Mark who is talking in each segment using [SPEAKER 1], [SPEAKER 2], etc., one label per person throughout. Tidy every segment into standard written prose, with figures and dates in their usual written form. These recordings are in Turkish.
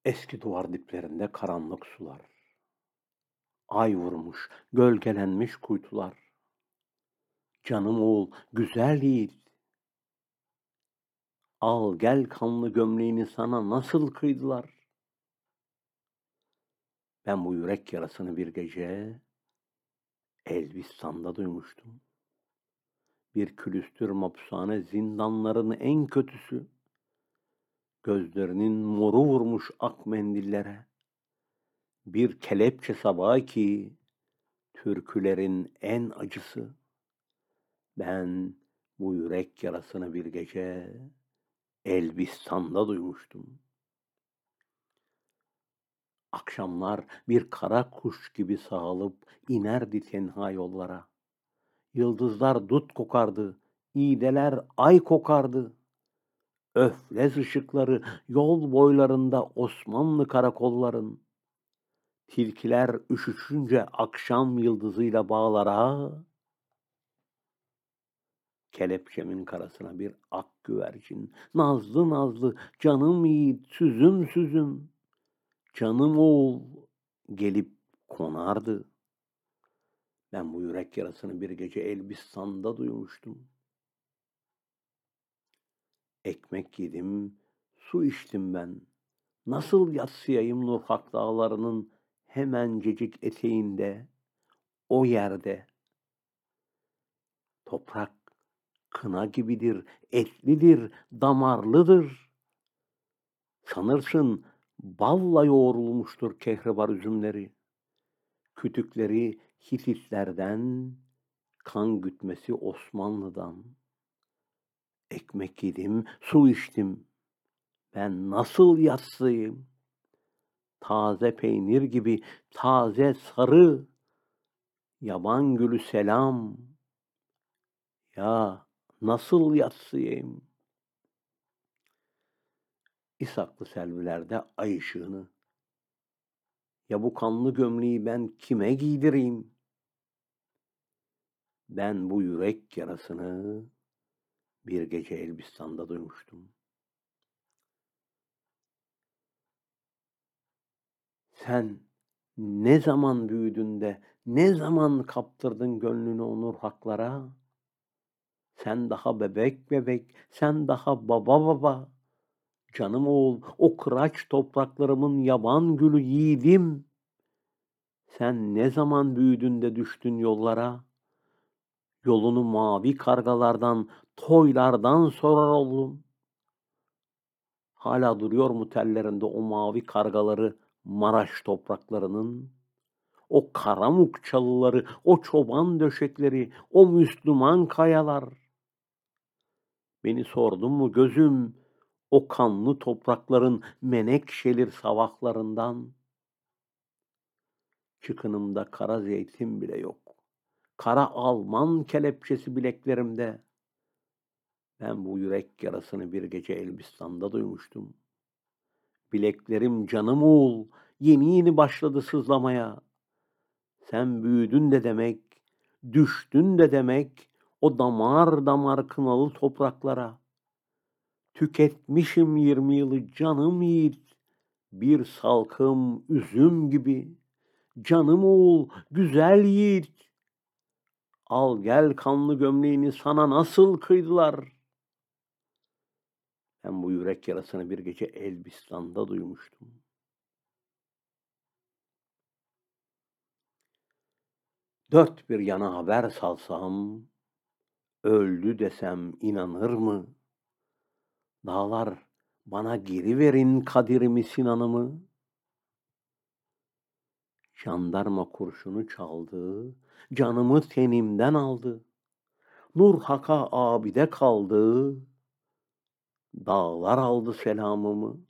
[SPEAKER 1] Eski duvar diplerinde karanlık sular, ay vurmuş, gölgelenmiş kuytular. Canım oğul, güzel yiğit, al gel kanlı gömleğini sana nasıl kıydılar? Ben bu yürek yarasını bir gece Elbistan'da duymuştum. Bir külüstür mapushane zindanların en kötüsü, gözlerinin moru vurmuş ak mendillere. Bir kelepçe sabahı ki, türkülerin en acısı. Ben bu yürek yarasını bir gece Elbistan'da duymuştum. Akşamlar bir kara kuş gibi sağılıp inerdi tenha yollara. Yıldızlar dut kokardı, iğdeler ay kokardı. Öflez ışıkları yol boylarında Osmanlı karakolların. Tilkiler üşüşünce akşam yıldızıyla bağlara, kelepçemin karasına bir ak güvercin, nazlı nazlı, canım yiğit, süzüm süzüm, canım oğul gelip konardı. Ben bu yürek yarasını bir gece Elbistan'da duymuştum. Ekmek yedim, su içtim ben. Nasıl yadsıyayım Nurhak dağlarının hemencecik eteğinde, o yerde. Toprak kına gibidir, etlidir, damarlıdır. Sanırsın balla yoğrulmuştur kehribar üzümleri. Kütükleri Hititlerden, kan gütmesi Osmanlı'dan. Ekmek yedim, su içtim. Ben nasıl yassıyım? Taze peynir gibi, taze sarı, yaban gülü selam. Ya nasıl yassıyım? İshaklı selvilerde ay ışığını. Ya bu kanlı gömleği ben kime giydireyim? Ben bu yürek yarasını bir gece Elbistan'da duymuştum. Sen ne zaman büyüdün de, ne zaman kaptırdın gönlünü o nur haklara? Sen daha bebek bebek, sen daha baba baba. Canım oğul, o kıraç topraklarımın yaban gülü yiğidim. Sen ne zaman büyüdün de düştün yollara? Yolunu mavi kargalardan, toylardan sorar oldum. Hala duruyor mu tellerinde o mavi kargaları Maraş topraklarının? O karamuk çalıları, o çoban döşekleri, o Müslüman kayalar. Beni sordun mu gözüm, o kanlı toprakların menekşelir savaklarından? Çıkınımda kara zeytin bile yok. Kara Alman kelepçesi bileklerimde. Ben bu yürek yarasını bir gece Elbistan'da duymuştum. Bileklerim canım oğul, yeni yeni başladı sızlamaya. Sen büyüdün de demek, düştün de demek o damar damar kınalı topraklara. Tüketmişim 20 yılı canım yiğit, bir salkım üzüm gibi. Canım oğul, güzel yiğit, al gel kanlı gömleğini sana nasıl kıydılar? Ben bu yürek yarasını bir gece Elbistan'da duymuştum. Dört bir yana haber salsam, öldü desem inanır mı? Dağlar bana geri verin Kadir'imi Sinan'ımı. Jandarma kurşunu çaldı, canımı tenimden aldı. Nur Hak'a abide kaldı, dağlar aldı selamımı.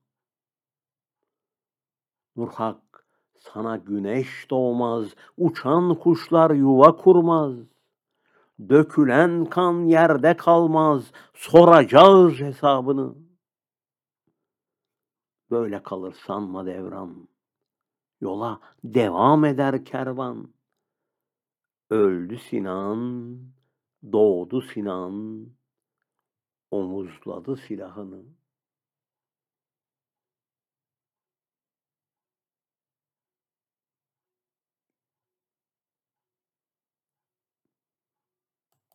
[SPEAKER 1] Nur Hak, sana güneş doğmaz, uçan kuşlar yuva kurmaz. Dökülen kan yerde kalmaz, soracağız hesabını. Böyle kalır sanma devran, yola devam eder kervan. Öldü Sinan, doğdu Sinan, omuzladı silahını.